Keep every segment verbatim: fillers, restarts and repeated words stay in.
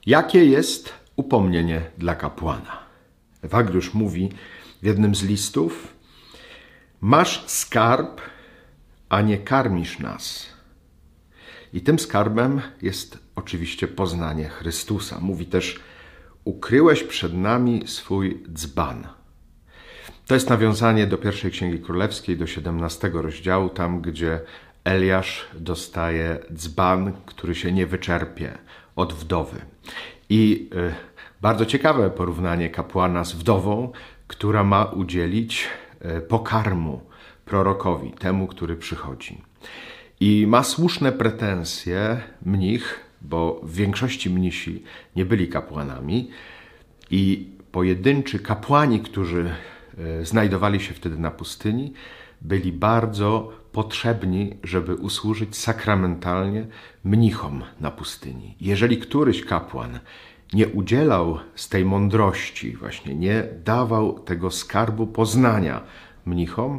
Jakie jest upomnienie dla kapłana? Ewagriusz mówi w jednym z listów: masz skarb, a nie karmisz nas. I tym skarbem jest oczywiście poznanie Chrystusa. Mówi też: ukryłeś przed nami swój dzban. To jest nawiązanie do pierwszej Księgi Królewskiej, do siedemnastego rozdziału, tam gdzie Eliasz dostaje dzban, który się nie wyczerpie, od wdowy. I y, bardzo ciekawe porównanie kapłana z wdową, która ma udzielić y, pokarmu prorokowi, temu, który przychodzi. I ma słuszne pretensje mnich, bo w większości mnisi nie byli kapłanami, i pojedynczy kapłani, którzy y, znajdowali się wtedy na pustyni, byli bardzo potrzebni, żeby usłużyć sakramentalnie mnichom na pustyni. Jeżeli któryś kapłan nie udzielał z tej mądrości, właśnie nie dawał tego skarbu poznania mnichom,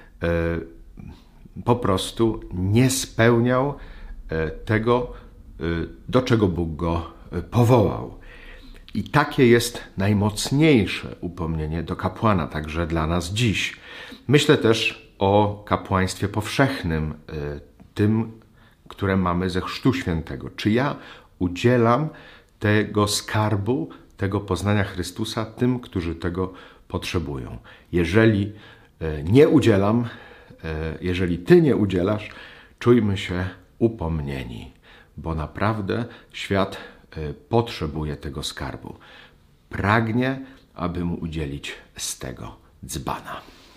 po prostu nie spełniał tego, do czego Bóg go powołał. I takie jest najmocniejsze upomnienie do kapłana, także dla nas dziś. Myślę też o kapłaństwie powszechnym, tym, które mamy ze Chrztu Świętego. Czy ja udzielam tego skarbu, tego poznania Chrystusa tym, którzy tego potrzebują? Jeżeli nie udzielam, jeżeli Ty nie udzielasz, czujmy się upomnieni, bo naprawdę świat potrzebuje tego skarbu. Pragnie, aby mu udzielić z tego dzbana.